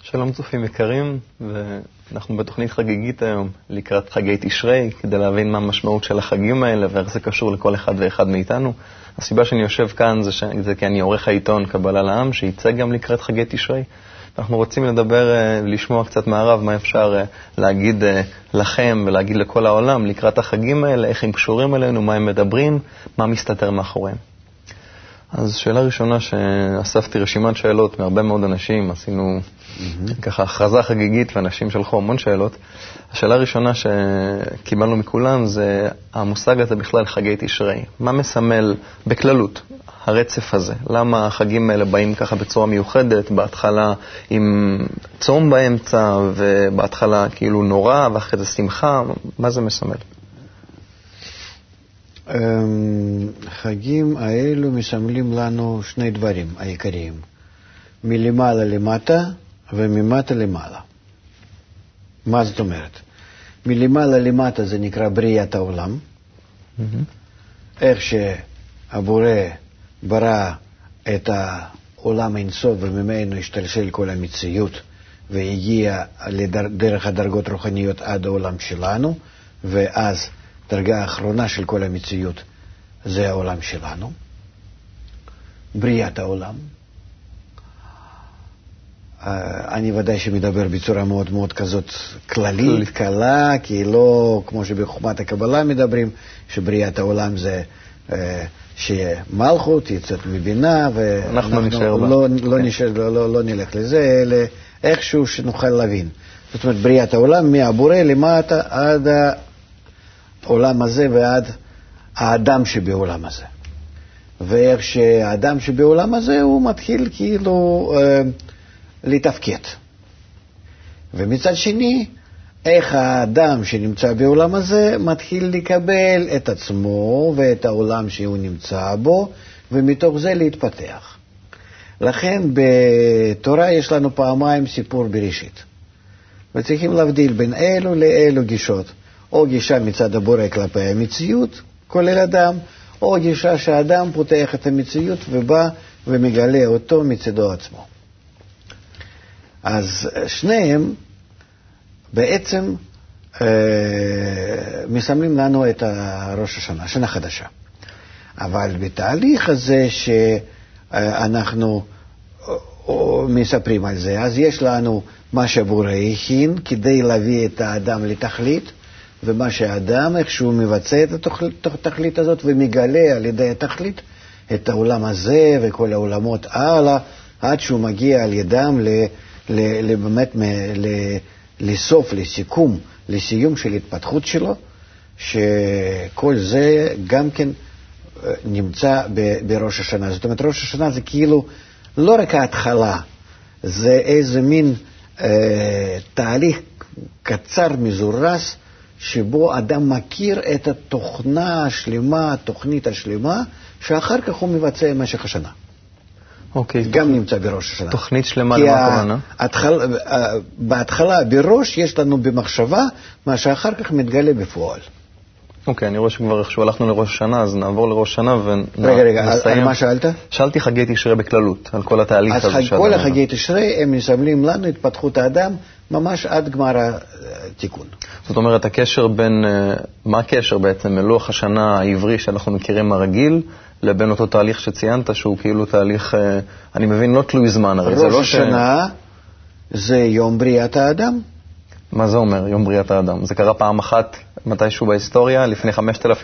שלום צופים יקרים, ואנחנו בתוכנית חגיגית היום לקראת חגי תשרי, כדי להבין מה המשמעות של החגים האלה ואיך זה קשור לכל אחד ואחד מאיתנו. הסיבה שאני יושב כאן זה כי אני עורך העיתון קבלה לעם, שייצא גם לקראת חגי תשרי. אנחנו רוצים לדבר, לשמוע קצת מהרב, מה אפשר להגיד לכם ולהגיד לכל העולם לקראת החגים האלה, איך הם קשורים אלינו, מה הם מדברים, מה מסתתר מאחוריהם. אז שאלה ראשונה שאספתי רשימת שאלות מהרבה מאוד אנשים, עשינו ככה הכרזה חגיגית ואנשים שלחו המון שאלות. השאלה הראשונה שקיבלנו מכולם זה המושג הזה בכלל חגי תשרי. מה מסמל בכללות הרצף הזה? למה החגים האלה באים ככה בצורה מיוחדת, בהתחלה עם צום באמצע ובהתחלה כאילו נורא ואחרי זה שמחה? מה זה מסמל? החגים האלו מסמלים לנו שני דברים העיקריים, מלמעלה למטה וממטה למעלה. מה זאת אומרת? מלמעלה למטה זה נקרא בריאת העולם, איך שהבורא ברא את העולם אינסוף וממנו השתלשל כל המציאות והגיע דרך הדרגות רוחניות עד העולם שלנו, ואז דרגה האחרונה של כל המציאות זה העולם שלנו, בריאת העולם. אני ודאי שמדבר בצורה מאוד מאוד כזאת כללית, קלה, כי לא כמו שבחוכמת הקבלה מדברים, שבריאת העולם זה שמלכות יצאת מבינה, ואנחנו לא נלך לזה, אלא איכשהו שנוכל להבין. זאת אומרת, בריאת העולם מהבורא למטה עד העולם הזה ועד האדם שבעולם הזה. ואיך שהאדם שבעולם הזה הוא מתחיל כאילו לתפקד. ומצד שני, איך האדם שנמצא בעולם הזה מתחיל לקבל את עצמו ואת העולם שהוא נמצא בו, ומתוך זה להתפתח. לכן בתורה יש לנו פעמיים סיפור בראשית. וצריכים להבדיל בין אלו לאלו גישות. או גישה מצד הבורא כלפי המציאות, כולל אדם, או גישה שהאדם פותח את המציאות ובא ומגלה אותו מצדו עצמו. אז שניהם בעצם מסמלים לנו את ראש השנה, שנה חדשה. אבל בתהליך הזה שאנחנו מספרים על זה, אז יש לנו מה שהבורא הכין כדי להביא את האדם לתכלית, ומה שהאדם, איך שהוא מבצע את התכלית הזאת ומגלה על ידי התכלית את העולם הזה וכל העולמות הלאה, עד שהוא מגיע על ידם באמת לסוף, לסיכום, לסיום של התפתחות שלו, שכל זה גם כן נמצא בראש השנה. זאת אומרת, ראש השנה זה כאילו לא רק ההתחלה, זה איזה מין תהליך קצר מזורס, שבו אדם מכיר את התוכנה השלמה, התוכנית השלמה, שאחר כך הוא מבצע במשך השנה. אוקיי. גם נמצא בראש השנה. תוכנית שלמה למה הכוונה? בהתחלה, בראש, יש לנו במחשבה, מה שאחר כך מתגלה בפועל. אוקיי, אני רואה שכבר איכשהו הלכנו לראש השנה, אז נעבור לראש השנה ונסיים. רגע, על מה שאלת? שאלתי חגי תשרי בכללות, על כל התהליך הזה. אז כל החגי תשרי הם מסמלים לנו התפתחות האדם, ממש עד גמר התיקון. זאת אומרת, הקשר בין, מה הקשר בעצם מלוח השנה העברי שאנחנו מכירים הרגיל, לבין אותו תהליך שציינת, שהוא כאילו תהליך, אני מבין, לא תלוי זמן, הרי זה לא ראש השנה זה יום בריאת האדם. מה זה אומר, יום בריאת האדם? זה קרה פעם אחת מתישהו בהיסטוריה, לפני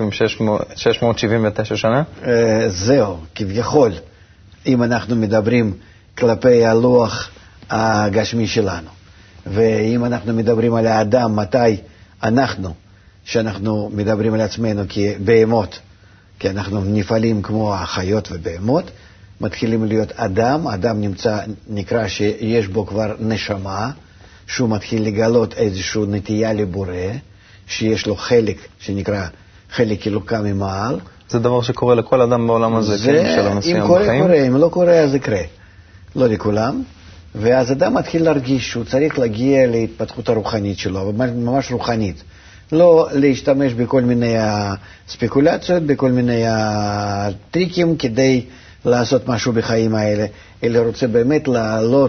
5,679 שנה? זהו, כביכול. אם אנחנו מדברים כלפי הלוח הגשמי שלנו. ואם אנחנו מדברים על האדם, מתי אנחנו, שאנחנו מדברים על עצמנו כבהמות, כי אנחנו נפעלים כמו החיות ובהמות, מתחילים להיות אדם, אדם נקרא שיש בו כבר נשמה, שהוא מתחיל לגלות איזושהי נטייה לבורא, שיש לו חלק שנקרא חלק אלוקה ממעל. זה דבר שקורה לכל אדם בעולם הזה, של הנושאים בחיים? קורה, אם לא קורה אז יקרה. לא לכולם. ואז אדם מתחיל להרגיש שהוא צריך להגיע להתפתחות הרוחנית שלו, ממש רוחנית. לא להשתמש בכל מיני ספקולציות, בכל מיני טריקים כדי לעשות משהו בחיים האלה, אלא רוצה באמת לעלות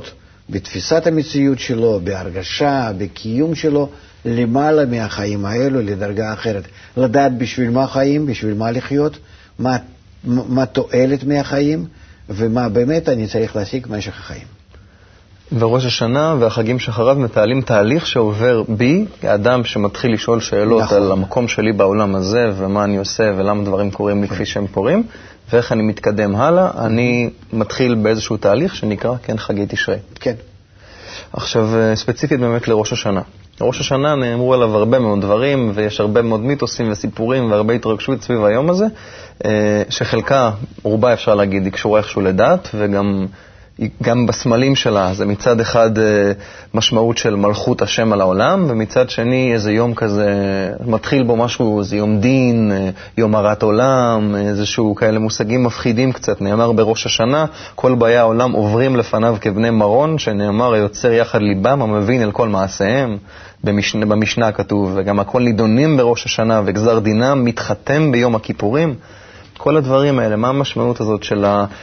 בתפיסת המציאות שלו, בהרגשה, בקיום שלו, למעלה מהחיים האלו, לדרגה אחרת. לדעת בשביל מה חיים, בשביל מה לחיות, מה תועלת מהחיים, ומה באמת אני צריך להשיג במשך החיים. וראש השנה והחגים שאחריו מתעלים תהליך שעובר בי, כאדם שמתחיל לשאול שאלות נכון. על המקום שלי בעולם הזה, ומה אני עושה, ולמה דברים קורים לי כפי שהם קורים, ואיך אני מתקדם הלאה. אני מתחיל באיזשהו תהליך שנקרא, כן, חגי תשרי. כן. עכשיו, ספציפית באמת לראש השנה. ראש השנה נאמרו עליו הרבה מאוד דברים, ויש הרבה מאוד מיתוסים וסיפורים, והרבה התרגשות סביב היום הזה, שחלקה, רובה אפשר להגיד, היא קשורה איכשהו לדת, וגם בסמלים שלה, זה מצד אחד משמעות של מלכות השם על העולם, ומצד שני איזה יום כזה, מתחיל בו משהו, זה יום דין, יום הרת עולם, איזשהו כאלה מושגים מפחידים קצת. נאמר בראש השנה, כל באי העולם עוברים לפניו כבני מרון, שנאמר היוצר יחד ליבם, המבין אל כל מעשיהם. במשנה כתוב, וגם הכל נידונים בראש השנה, וגזר דינם מתחתם ביום הכיפורים. כל הדברים האלה, מה המשמעות הזאת של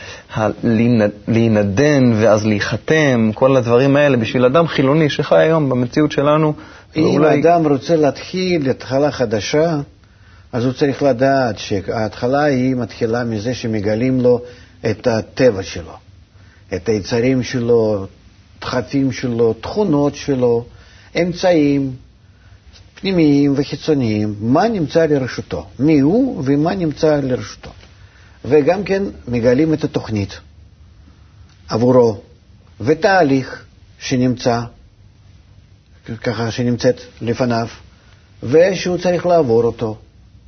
להינדן ואז להיחתם, כל הדברים האלה בשביל אדם חילוני שחי היום במציאות שלנו. אם אדם רוצה להתחיל התחלה חדשה, אז הוא צריך לדעת שההתחלה היא מתחילה מזה שמגלים לו את הטבע שלו, את היצרים שלו, דחפים שלו, תכונות שלו, אמצעים פנימיים וחיצוניים, מה נמצא לרשותו, מי הוא ומה נמצא לרשותו. וגם כן מגלים את התוכנית עבורו, ותהליך שנמצא, ככה שנמצאת לפניו, ושהוא צריך לעבור אותו.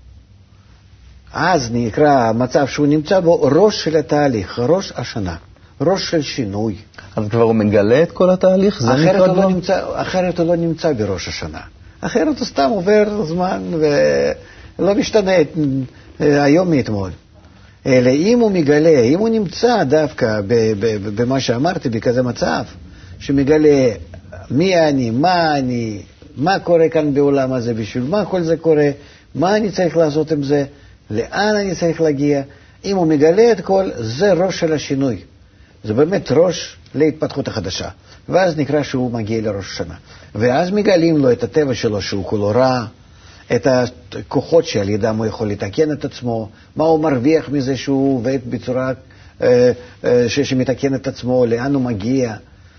אז נקרא המצב שהוא נמצא בו ראש של התהליך, ראש השנה, ראש של שינוי. אז כבר הוא מגלה את כל התהליך? אחרת הוא לא נמצא בראש השנה. אחרת הוא סתם עובר זמן ולא משתנה היום מאתמול. אלא אם הוא מגלה, אם הוא נמצא דווקא במה שאמרתי, בכזה מצב, שמגלה מי אני, מה קורה כאן בעולם הזה, בשביל מה כל זה קורה, מה אני צריך לעשות עם זה, לאן אני צריך להגיע, אם הוא מגלה את כל, זה ראש של השינוי. זה באמת ראש להתפתחות החדשה. ואז נקרא שהוא מגיע לראש השנה. ואז מגלים לו את הטבע שלו שהוא כולו רע, את הכוחות שעל ידם הוא יכול לתקן את עצמו, מה הוא מרוויח מזה שהוא עובד בצורה שמתקן את עצמו, לאן הוא מגיע,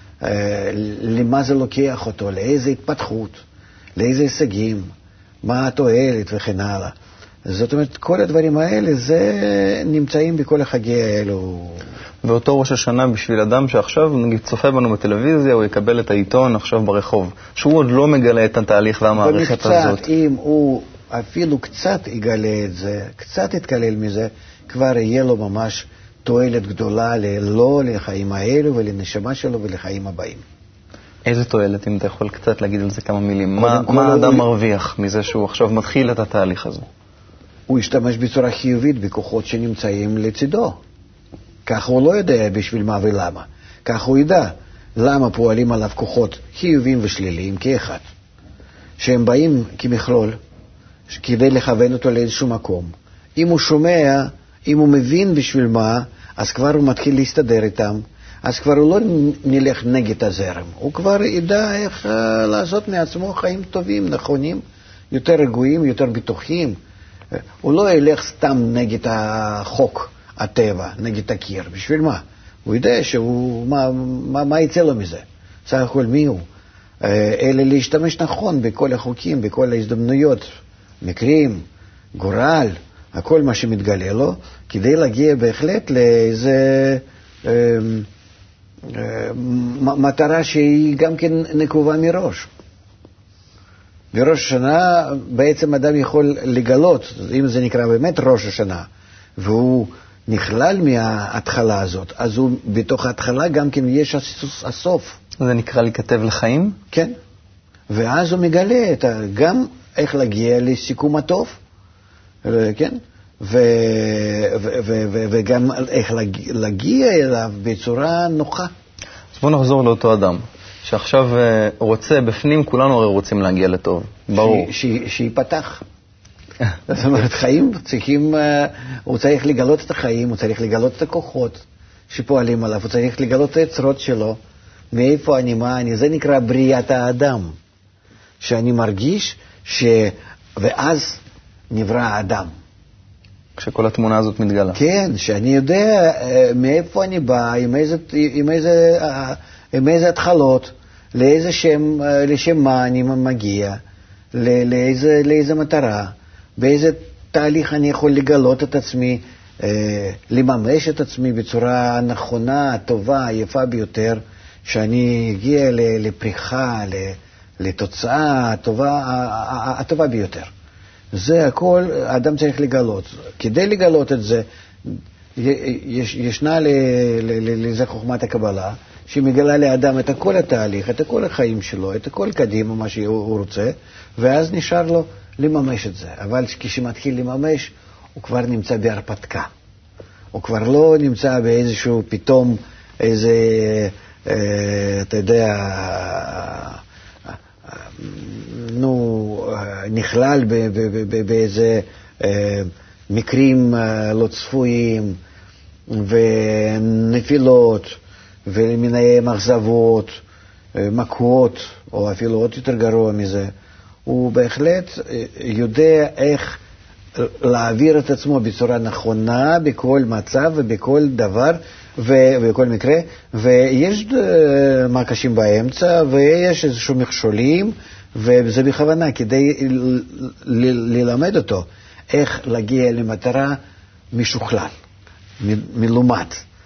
למה זה לוקח אותו, לאיזה התפתחות, לאיזה הישגים, מה התועלת וכן הלאה. זאת אומרת, כל הדברים האלה זה נמצאים בכל החגי האלו. ואותו ראש השנה בשביל אדם שעכשיו נגיד צופה בנו בטלוויזיה, הוא יקבל את העיתון עכשיו ברחוב, שהוא עוד לא מגלה את התהליך והמערכת הזאת. במקצת, אם הוא אפילו קצת יגלה את זה, קצת יתקלל מזה, כבר יהיה לו ממש תועלת גדולה לא לחיים האלו ולנשמה שלו ולחיים הבאים. איזה תועלת, אם אתה יכול קצת להגיד על זה כמה מילים? מה האדם מרוויח מזה שהוא עכשיו מתחיל את התהליך הזה? הוא ישתמש בצורה חיובית בכוחות שנמצאים לצידו. כך הוא לא יודע בשביל מה ולמה. כך הוא ידע למה פועלים עליו כוחות חיוביים ושליליים כאחד. שהם באים כמכלול, כדי לכוון אותו לאיזשהו מקום. אם הוא שומע, אם הוא מבין בשביל מה, אז כבר הוא מתחיל להסתדר איתם. אז כבר הוא לא נלך נגד הזרם. הוא כבר ידע איך לעשות מעצמו חיים טובים, נכונים, יותר רגועים, יותר בטוחים. הוא לא ילך סתם נגד החוק, הטבע, נגד הקיר. בשביל מה? הוא יודע מה יצא לו מזה. סך הכל מי הוא? אלא להשתמש נכון בכל החוקים, בכל ההזדמנויות, מקרים, גורל, הכל מה שמתגלה לו, כדי להגיע בהחלט לאיזה מטרה שהיא גם כן נקובה מראש. בראש השנה בעצם אדם יכול לגלות, אם זה נקרא באמת ראש השנה, והוא נכלל מההתחלה הזאת, אז הוא בתוך ההתחלה גם כן יש הסוף. זה נקרא להיכתב לחיים? כן. ואז הוא מגלה גם איך להגיע לסיכום הטוב, כן? וגם איך להגיע אליו בצורה נוחה. אז בואו נחזור לאותו אדם, שעכשיו רוצה, בפנים כולנו הרי רוצים להגיע לטוב, ברור. שיפתח. זאת אומרת, חיים צריכים, הוא צריך לגלות את החיים, הוא צריך לגלות את הכוחות שפועלים עליו, הוא צריך לגלות את היצרות שלו, מאיפה אני, מה אני, זה נקרא בריאת האדם. שאני מרגיש ואז נברא האדם. כשכל התמונה הזאת מתגלה. כן, שאני יודע מאיפה אני בא, עם איזה התחלות, לשם מה אני מגיע, לאיזה מטרה, באיזה תהליך אני יכול לגלות את עצמי, לממש את עצמי בצורה נכונה, טובה, יפה ביותר, שאני אגיע לפריחה, לתוצאה הטובה ביותר. זה הכל האדם צריך לגלות. כדי לגלות את זה, ישנה לזה חוכמת הקבלה, שמגלה לאדם את כל התהליך, את כל החיים שלו, את כל קדימה, מה שהוא רוצה, ואז נשאר לו לממש את זה. אבל כשמתחיל לממש, הוא כבר נמצא בהרפתקה. הוא כבר לא נמצא באיזשהו פתאום, אתה יודע, נכלל באיזה מקרים לא צפויים ונפילות ולמיני מחזבות, מכות, או אפילו עוד יותר גרוע מזה. הוא בהחלט יודע איך להעביר את עצמו בצורה נכונה בכל מצב ובכל דבר ובכל מקרה, ויש מקשים באמצע ויש איזשהו מכשולים, וזה בכוונה כדי ללמד אותו איך להגיע למטרה משוכלל, מלומד,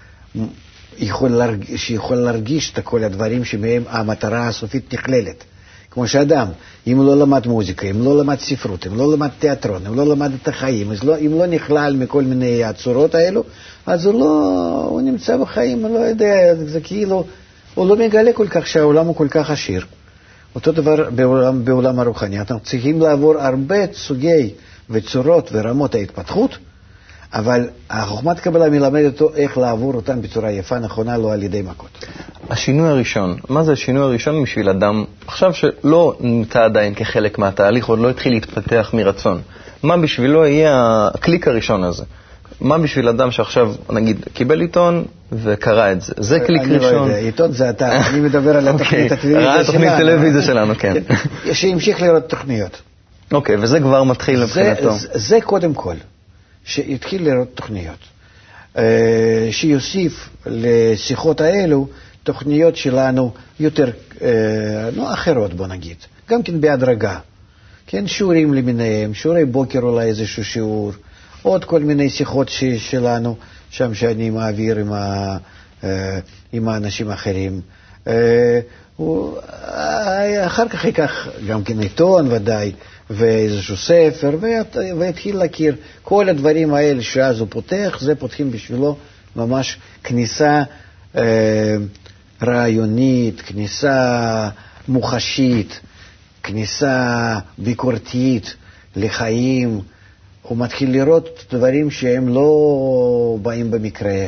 שיכול להרגיש את כל הדברים שמהם המטרה הסופית נכללת. כמו שאדם, אם הוא לא למד מוזיקה, אם לא למד ספרות, אם לא למד תיאטרון, אם לא למד את החיים, אם לא נכלל מכל מיני הצורות האלו, אז הוא נמצא בחיים, הוא לא יודע, זה כאילו, הוא לא מגלה כל כך שהעולם הוא כל כך עשיר. אותו דבר בעולם הרוחני. אנחנו צריכים לעבור הרבה סוגי וצורות ורמות ההתפתחות, אבל החוכמת קבלה מלמדת אותו איך לעבור אותם בצורה יפה, נכונה, לא על ידי מכות. השינוי הראשון, מה זה השינוי הראשון בשביל אדם, עכשיו שלא נמצא עדיין כחלק מהתהליך, עוד לא התחיל להתפתח מרצון? מה בשבילו יהיה הקליק הראשון הזה? מה בשביל אדם שעכשיו, נגיד, קיבל עיתון וקרא את זה? זה קליק ראשון. אני לא יודע, עיתון זה אתה, אני מדבר על התוכנית הטלוויזיה שלנו. ראה תוכנית טלוויזיה שלנו, כן. שימשיך לראות תוכניות. אוקיי, וזה כבר מתחיל מבחינתו. זה קודם כל, שיתחיל לראות תוכניות. שיוסיף לשיחות האלו תוכניות שלנו יותר אחרות, בוא נגיד. גם כן בהדרגה. כן, שיעורים למיניהם, שיעורי בוקר אולי איזשהו שיעור, עוד כל מיני שיחות שלנו, שם שאני מעביר עם האנשים האחרים. אחר כך ייקח גם כן עיתון ודאי, ואיזשהו ספר, והתחיל להכיר כל הדברים האלה שאז הוא פותח, זה פותחים בשבילו ממש כניסה רעיונית, כניסה מוחשית, כניסה ביקורתית לחיים. הוא מתחיל לראות דברים שהם לא באים במקרה,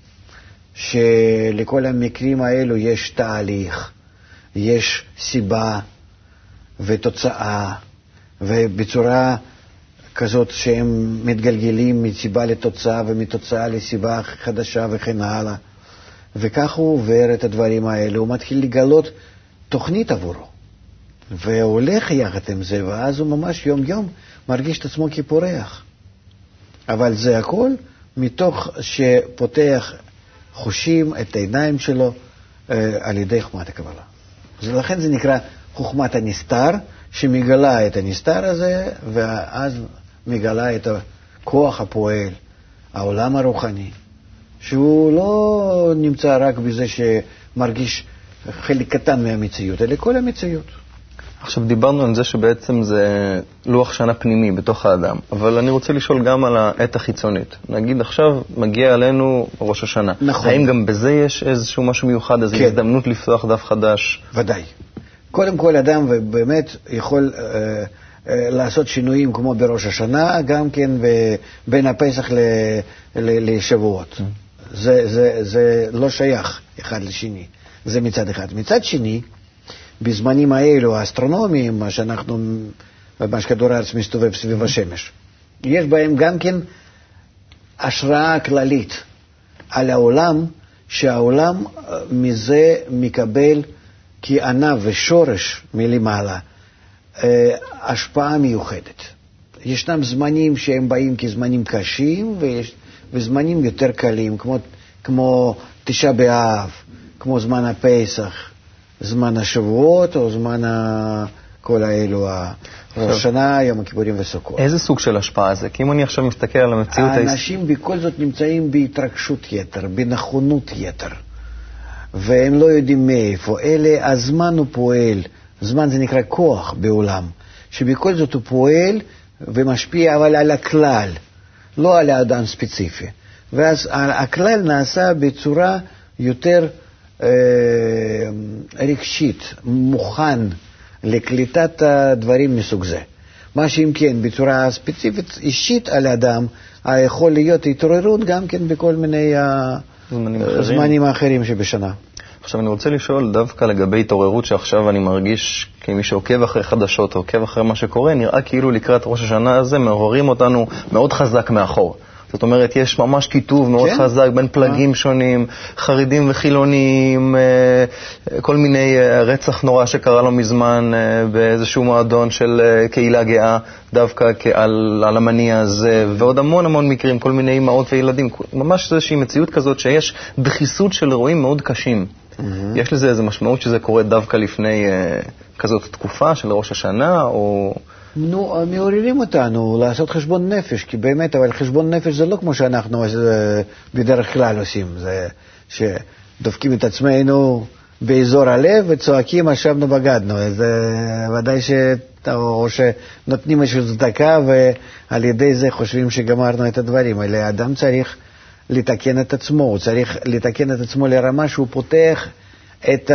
שלכל המקרים האלו יש תהליך, יש סיבה ותוצאה, ובצורה כזאת שהם מתגלגלים מסיבה לתוצאה ומתוצאה לסיבה חדשה וכן הלאה. וכך הוא עובר את הדברים האלו, הוא מתחיל לגלות תוכנית עבורו. והוא הולך יחד עם זה, ואז הוא ממש יום יום מרגיש את עצמו כפורח. אבל זה הכל מתוך שפותח חושים את העיניים שלו על ידי חוכמת הקבלה. ולכן זה נקרא חוכמת הנסתר, שמגלה את הנסתר הזה, ואז מגלה את הכוח הפועל, העולם הרוחני, שהוא לא נמצא רק בזה שמרגיש חלק קטן מהמציאות, אלא כל המציאות. עכשיו דיברנו על זה שבעצם זה לוח שנה פנימי בתוך האדם, אבל אני רוצה לשאול גם על העת החיצונית. נגיד עכשיו מגיע עלינו ראש השנה. נכון. האם גם בזה יש איזשהו משהו מיוחד, איזו הזדמנות לפתוח דף חדש? ודאי. קודם כל אדם באמת יכול לעשות שינויים כמו בראש השנה, גם כן בין הפסח לשבועות. זה לא שייך אחד לשני. זה מצד אחד. מצד שני, בזמנים האלו, האסטרונומיים, מה שכדור הארץ מסתובב סביב השמש, יש בהם גם כן השראה כללית על העולם שהעולם מזה מקבל כענב ושורש מלמעלה השפעה מיוחדת. ישנם זמנים שהם באים כזמנים קשים, וזמנים יותר קלים, כמו תשעה באב, כמו זמן הפסח, זמן השבועות, או זמן כל האלו, ראש השנה, יום הכיפורים וסוכות. איזה סוג של השפעה זה? כי אם אני עכשיו מסתכל על המציאות... האנשים בכל זאת נמצאים בהתרגשות יתר, בנכונות יתר, והם לא יודעים מאיפה. הזמן הוא פועל, זמן זה נקרא כוח בעולם, שבכל זאת הוא פועל ומשפיע אבל על הכלל, לא על האדם ספציפי. ואז הכלל נעשה בצורה יותר רגשית, מוכן לקליטת הדברים מסוג זה. מה שאם כן, בצורה ספציפית אישית על האדם, יכול להיות התעוררות גם כן בכל מיני זמנים אחרים שבשנה. עכשיו אני רוצה לשאול דווקא לגבי התעוררות שעכשיו אני מרגיש כמי שעוקב אחרי חדשות או עוקב אחרי מה שקורה, נראה כאילו לקראת ראש השנה הזה מעוררים אותנו מאוד חזק מאחור. זאת אומרת, יש ממש כיתוב מאוד חזק בין פלגים שונים, חרדים וחילונים, כל מיני רצח נורא שקרה לו מזמן באיזשהו מועדון של קהילה גאה, דווקא על המניע הזה, ועוד המון מקרים, כל מיני אמהות וילדים. ממש איזושהי מציאות כזאת שיש דחיסות של אירועים מאוד קשים. יש לזה איזו משמעות שזה קורה דווקא לפני כזאת תקופה של ראש השנה, או... מעוררים אותנו לעשות חשבון נפש, כי באמת, אבל חשבון נפש זה לא כמו שאנחנו בדרך כלל עושים, זה שדופקים את עצמנו באזור הלב וצועקים אשמנו בגדנו, זה ודאי או שנותנים איזושהי צדקה ועל ידי זה חושבים שגמרנו את הדברים, אלא האדם צריך לתקן את עצמו, הוא צריך לתקן את עצמו לרמה שהוא פותח את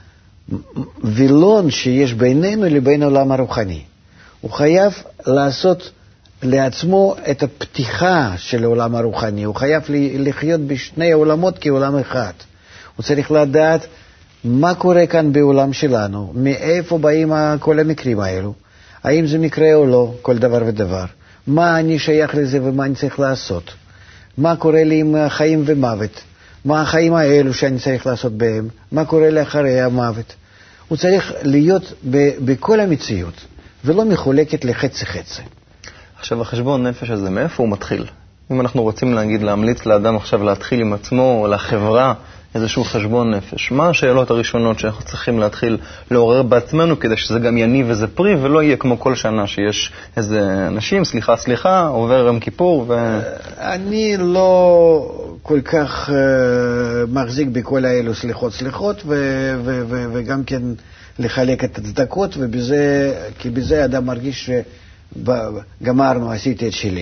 הווילון שיש בינינו לבין העולם הרוחני. הוא חייב לעשות לעצמו את הפתיחה של העולם הרוחני, הוא חייב לחיות בשני העולמות כעולם אחד. הוא צריך לדעת מה קורה כאן בעולם שלנו, מאיפה באים כל המקרים האלו, האם זה מקרה או לא, כל דבר ודבר, מה אני שייך לזה ומה אני צריך לעשות, מה קורה לי עם חיים ומוות, מה החיים האלו שאני צריך לעשות בהם, מה קורה לי אחרי המוות. הוא צריך להיות בכל המציאות, ולא מחולקת לחצי-חצי. עכשיו, החשבון נפש הזה, מאיפה הוא מתחיל? אם אנחנו רוצים להמליץ לאדם עכשיו להתחיל עם עצמו, או לחברה, איזשהו חשבון נפש, מה השאלות הראשונות שאנחנו צריכים להתחיל לעורר בעצמנו, כדי שזה גם יניב איזה פרי, ולא יהיה כמו כל שנה שיש איזה אנשים, סליחה, עובר יום כיפור אני לא כל כך מחזיק בכל האלו סליחות, וגם כן לחלק את הצדקות, כי בזה האדם מרגיש שגמרנו, עשיתי את שלי.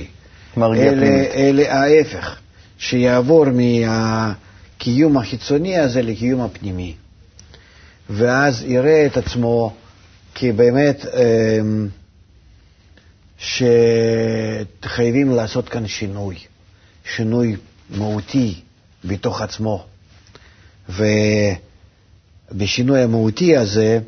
אלה ההפך, שיעבור מהקיום החיצוני הזה לקיום הפנימי, ואז יראה את עצמו כי באמת שחייבים לעשות כאן שינוי מהותי בתוך עצמו, ובשינוי המהותי הזה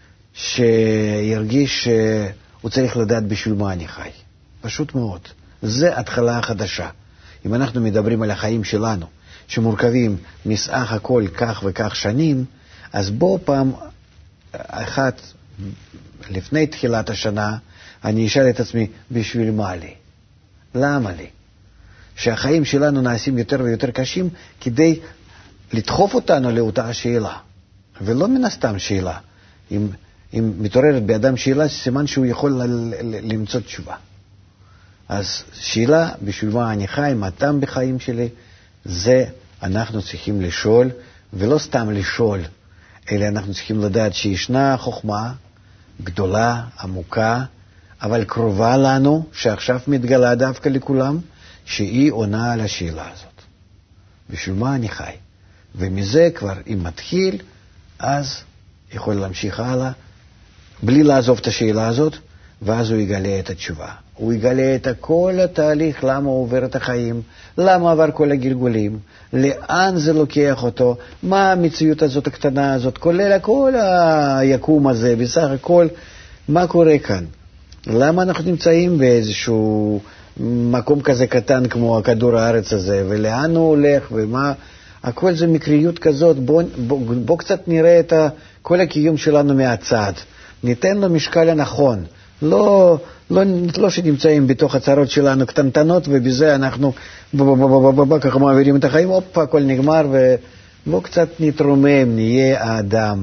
שירגיש שהוא צריך לדעת בשביל מה אני חי. פשוט מאוד. זה התחלה חדשה. אם אנחנו מדברים על החיים שלנו, שמורכבים מסך הכל כך וכך שנים, אז בוא פעם אחת לפני תחילת השנה, אני אשאל את עצמי, בשביל מה לי? למה לי? שהחיים שלנו נעשים יותר ויותר קשים כדי לדחוף אותנו לאותה השאלה. ולא מן הסתם שאלה. אם מתעוררת באדם שאלה, סימן שהוא יכול למצוא תשובה. אז שאלה, בשביל מה אני חי, מה הטעם בחיים שלי, זה אנחנו צריכים לשאול, ולא סתם לשאול, אלא אנחנו צריכים לדעת שישנה חוכמה גדולה, עמוקה, אבל קרובה לנו, שעכשיו מתגלה דווקא לכולם, שהיא עונה על השאלה הזאת. בשביל מה אני חי? ומזה כבר, אם מתחיל, אז יכול להמשיך הלאה, בלי לעזוב את השאלה הזאת, ואז הוא יגלה את התשובה. הוא יגלה את כל התהליך, למה הוא עובר את החיים, למה עבר כל הגלגולים, לאן זה לוקח אותו, מה המציאות הזאת הקטנה הזאת, כולל כל היקום הזה, בסך הכל, מה קורה כאן. למה אנחנו נמצאים באיזשהו מקום כזה קטן כמו כדור הארץ הזה, ולאן הוא הולך, ומה הכל זה מקריות כזאת, בוא קצת נראה את כל הקיום שלנו מהצד, ניתן לו משקל הנכון, לא שנמצאים בתוך הצרות שלנו קטנטנות, ובזה אנחנו ככה מעבירים את החיים, הכל נגמר, ובוא קצת נתרומם, נהיה האדם,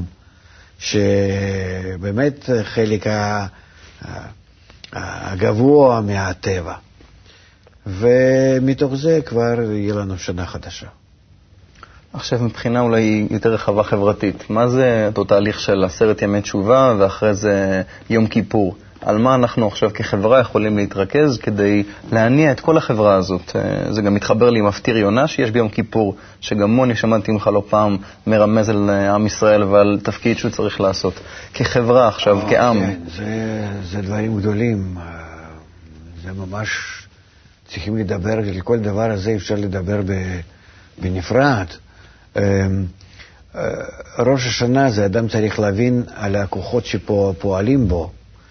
שבאמת חלק הגבוה מהטבע. ומתוך זה כבר יהיה לנו שנה חדשה. עכשיו מבחינה אולי יותר רחבה חברתית, מה זה אותו תהליך של 10 ימי תשובה ואחרי זה יום כיפור? על מה אנחנו עכשיו כחברה יכולים להתרכז כדי להניע את כל החברה הזאת? זה גם מתחבר לי עם מפטיר יונה שיש ביום כיפור, שגם מוני שמעתי ממך לא פעם מרמז על עם ישראל ועל תפקיד שהוא צריך לעשות. כחברה עכשיו, כעם. כן, זה דברים גדולים. זה ממש צריכים לדבר, על כל דבר הזה אפשר לדבר בנפרד. ראש השנה זה אדם צריך להבין על הכוחות שפועלים בו.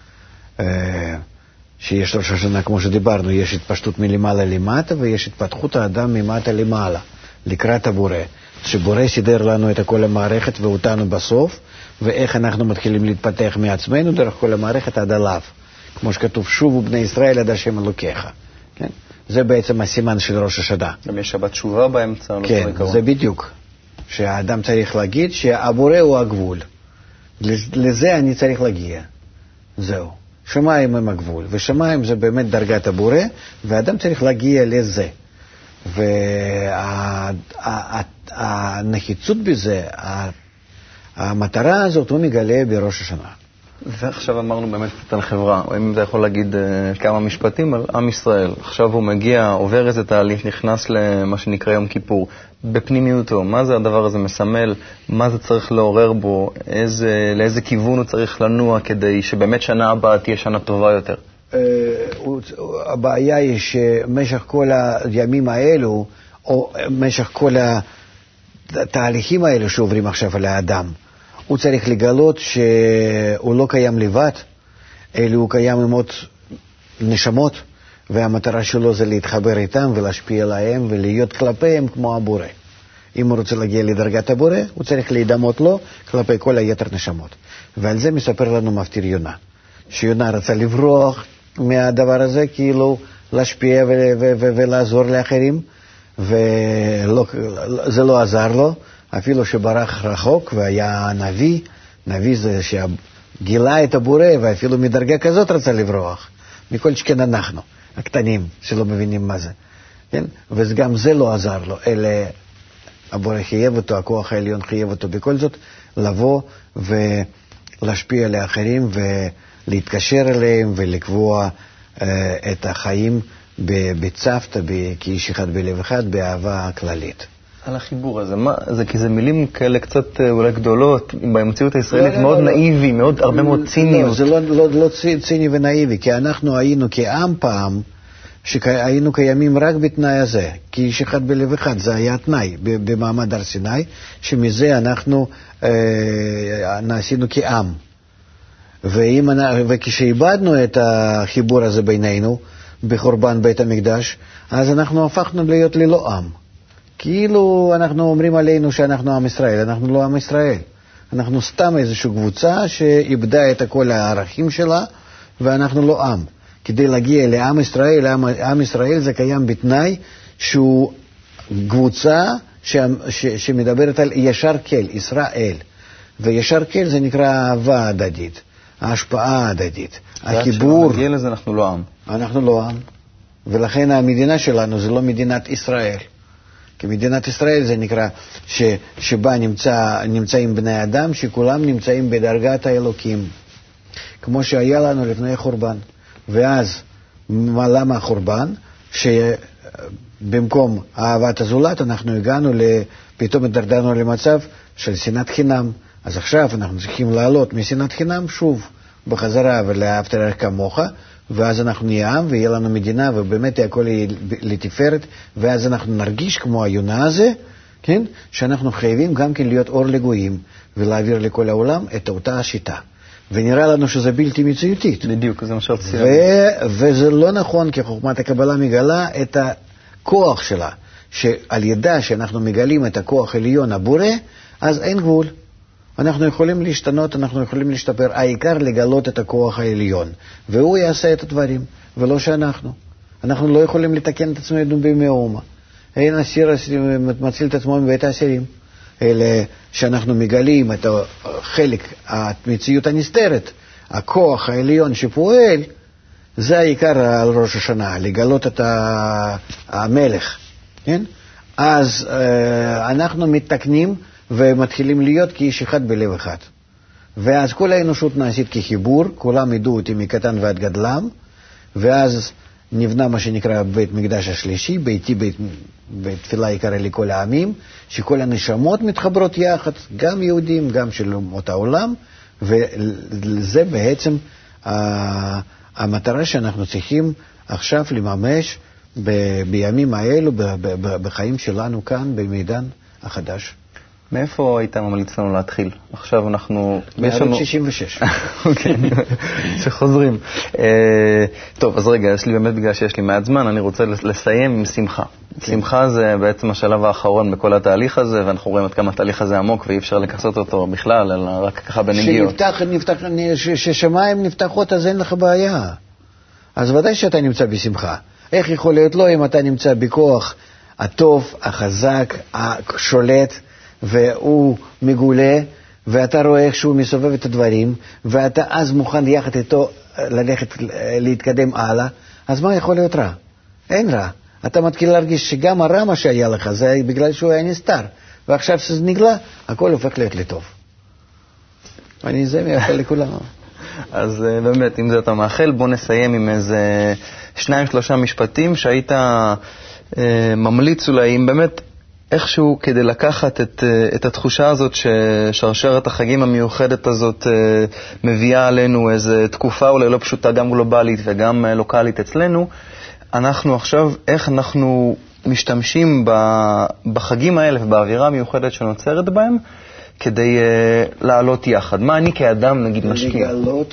שיש ראש השנה, כמו שדיברנו, יש התפשטות מלמעלה למטה, ויש התפתחות האדם ממטה למעלה, לקראת הבורא. שבורא סידר לנו את כל המערכת ואותנו בסוף, ואיך אנחנו מתחילים להתפתח מעצמנו דרך כל המערכת עד עליו. כמו שכתוב, שובו בני ישראל עד השם אלוקיך. כן? זה בעצם הסימן של ראש השנה. גם יש שבת תשובה באמצע. כן, זה בדיוק. שהאדם צריך להגיד שהבורא הוא הגבול. לזה אני צריך להגיע. זהו. שמיים הם הגבול, ושמיים זה באמת דרגת הבורא, והאדם צריך להגיע לזה. והנחיצות בזה, המטרה הזאת הוא מגלה בראש השנה. ועכשיו אמרנו באמת קצת על חברה, אם אתה יכול להגיד כמה משפטים על עם ישראל. עכשיו הוא מגיע, עובר איזה תהליך, נכנס למה שנקרא יום כיפור, בפנימיותו, מה זה הדבר הזה מסמל, מה זה צריך לעורר בו, לאיזה כיוון הוא צריך לנוע כדי שבאמת שנה הבאה תהיה שנה טובה יותר? הבעיה היא שמשך כל הימים האלו, או משך כל התהליכים האלו שעוברים עכשיו על האדם, הוא צריך לגלות שהוא לא קיים לבד, אלא הוא קיים עם עוד נשמות, והמטרה שלו זה להתחבר איתם ולהשפיע עליהם ולהיות כלפיהם כמו הבורא. אם הוא רוצה להגיע לדרגת הבורא, הוא צריך להידמות לו כלפי כל היתר נשמות. ועל זה מספר לנו מפטיר יונה, שיונה רצה לברוח מהדבר הזה, כאילו להשפיע ולעזור לאחרים, וזה לא עזר לו, אפילו שברח רחוק והיה נביא, נביא זה שגילה את הבורא, ואפילו מדרגה כזאת רצה לברוח. מכל שכן אנחנו, הקטנים שלא מבינים מה זה. כן? וגם זה לא עזר לו, אלא הבורא חייב אותו, הכוח העליון חייב אותו בכל זאת, לבוא ולהשפיע לאחרים ולהתקשר אליהם ולקבוע את החיים בצוותא, כאיש אחד בלב אחד, באהבה כללית. על החיבור הזה, זה כי זה מילים כאלה קצת אולי גדולות, במציאות הישראלית מאוד נאיבי, מאוד הרבה מאוד ציניות. זה לא ציני ונאיבי, כי אנחנו היינו כעם פעם, שהיינו קיימים רק בתנאי הזה, כי איש אחד בלב אחד, זה היה תנאי במעמד הר סיני, שמזה אנחנו נעשינו כעם. וכשאיבדנו את החיבור הזה בינינו, בחורבן בית המקדש, אז אנחנו הפכנו להיות ללא עם. כאילו אנחנו אומרים עלינו שאנחנו עם ישראל, אנחנו לא עם ישראל. אנחנו סתם איזושהי קבוצה שאיבדה את כל הערכים שלה, ואנחנו לא עם. כדי להגיע לעם ישראל, עם ישראל זה קיים בתנאי שהוא קבוצה שמדברת על ישר כל, ישראל. וישר כל זה נקרא אהבה הדדית, ההשפעה הדדית, החיבור. כשנגיע לזה אנחנו לא עם. אנחנו לא עם, ולכן המדינה שלנו זה לא מדינת ישראל. כי מדינת ישראל זה נקרא שבה נמצאים בני אדם, שכולם נמצאים בדרגת האלוקים. כמו שהיה לנו לפני חורבן. ואז, למה החורבן? שבמקום אהבת הזולת אנחנו הגענו, פתאום התדרדרנו למצב של שנאת חינם. אז עכשיו אנחנו צריכים לעלות משנאת חינם שוב בחזרה ולאהבת לרעך כמוך, ואז אנחנו נהיה עם ויהיה לנו מדינה, ובאמת הכל יהיה לתפארת, ואז אנחנו נרגיש כמו היונה הזה, כן? שאנחנו חייבים גם כן להיות אור לגויים, ולהעביר לכל העולם את אותה השיטה. ונראה לנו שזה בלתי מציאותית. בדיוק, זה מה שרציתי. וזה לא נכון, כי חוכמת הקבלה מגלה את הכוח שלה, שעל ידה שאנחנו מגלים את הכוח העליון הבורא, אז אין גבול. אנחנו יכולים להשתנות, אנחנו יכולים להשתפר. העיקר לגלות את הכוח העליון, והוא יעשה את הדברים, ולא שאנחנו. אנחנו לא יכולים לתקן את עצמנו במאומה. אין אסיר מציל את עצמו מבית האסירים. אלא שאנחנו מגלים את חלק, המציאות הנסתרת, הכוח העליון שפועל, זה העיקר על ראש השנה, לגלות את המלך. כן? אז אנחנו מתקנים ומתחילים להיות כאיש אחד בלב אחד. ואז כל האנושות נעשית כחיבור, כולם ידעו אותי מקטן ועד גדלם, ואז נבנה מה שנקרא בית מקדש השלישי, ביתי בית תפילה יקרא לכל העמים, שכל הנשמות מתחברות יחד, גם יהודים, גם של אומות העולם, וזה בעצם המטרה שאנחנו צריכים עכשיו לממש בימים האלו, בחיים שלנו כאן, במעידן החדש. מאיפה היית ממליץ לנו להתחיל? עכשיו אנחנו... בערוץ 66. אוקיי, שחוזרים. טוב, אז רגע, יש לי באמת, בגלל שיש לי מעט זמן, אני רוצה לסיים עם שמחה. שמחה זה בעצם השלב האחרון בכל התהליך הזה, ואנחנו רואים עד כמה התהליך הזה עמוק, ואי אפשר לקסות אותו בכלל, אלא רק ככה בנגיעות. ששמיים נפתחות, אז אין לך בעיה. אז ודאי שאתה נמצא בשמחה. איך יכול להיות לא אם אתה נמצא בכוח הטוב, החזק, השולט, והוא מגולה, ואתה רואה איך שהוא מסובב את הדברים, ואתה אז מוכן יחד איתו ללכת, להתקדם הלאה, אז מה יכול להיות רע? אין רע. אתה מתחיל להרגיש שגם הרע מה שהיה לך, זה בגלל שהוא היה נסתר, ועכשיו שזה נגלה, הכל הופך להיות לטוב. אני זה מייחל לכולם. אז באמת, אם זה אתה מאחל, בוא נסיים עם איזה 2-3 משפטים שהיית ממליץ אולי, אם באמת איכשהו כדי לקחת את התחושה הזאת ששרשרת החגים המיוחדת הזאת מביאה עלינו איזו תקופה אולי לא פשוטה, גם גלובלית וגם לוקלית אצלנו, אנחנו עכשיו, איך אנחנו משתמשים בחגים האלה ובאווירה המיוחדת שנוצרת בהם, כדי לעלות יחד. מה אני כאדם נגיד משקיע?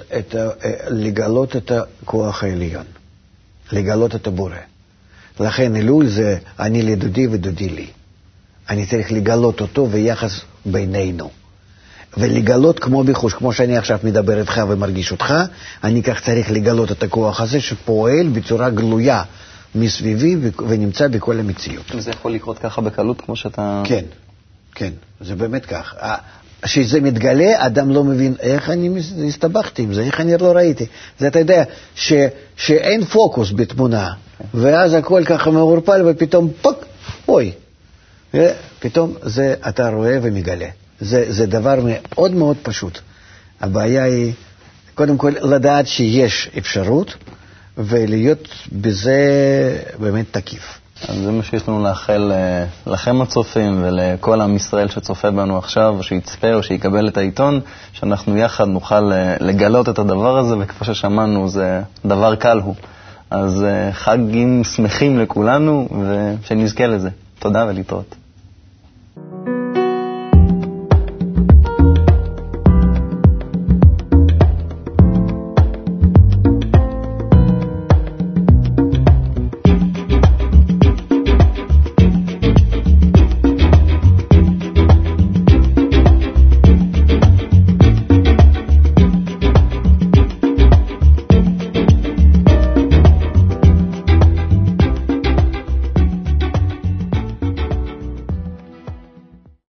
לגלות את הכוח העליון, לגלות את הבורא. לכן אלול זה אני לדודי ודודי לי. אני צריך לגלות אותו ויחס בינינו. ולגלות כמו בחוש, כמו שאני עכשיו מדבר איתך ומרגיש אותך, אני כך צריך לגלות את הכוח הזה שפועל בצורה גלויה מסביבי ונמצא בכל המציאות. זה יכול לקרות ככה בקלות כמו שאתה... כן, כן, זה באמת כך. כשזה מתגלה, אדם לא מבין איך אני הסתבכתי עם זה, איך אני לא ראיתי. זה אתה יודע שאין פוקוס בתמונה, ואז הכל ככה מעורפל ופתאום פוק, אוי. ופתאום זה אתה רואה ומגלה. זה דבר מאוד מאוד פשוט. הבעיה היא, קודם כל, לדעת שיש אפשרות, ולהיות בזה באמת תקיף. אז זה מה שיש לנו לאחל לכם הצופים ולכל עם ישראל שצופה בנו עכשיו, או שיצפה או שיקבל את העיתון, שאנחנו יחד נוכל לגלות את הדבר הזה, וכפי ששמענו זה דבר קל הוא. אז חגים שמחים לכולנו ושנזכה לזה. תודה ולהתראות.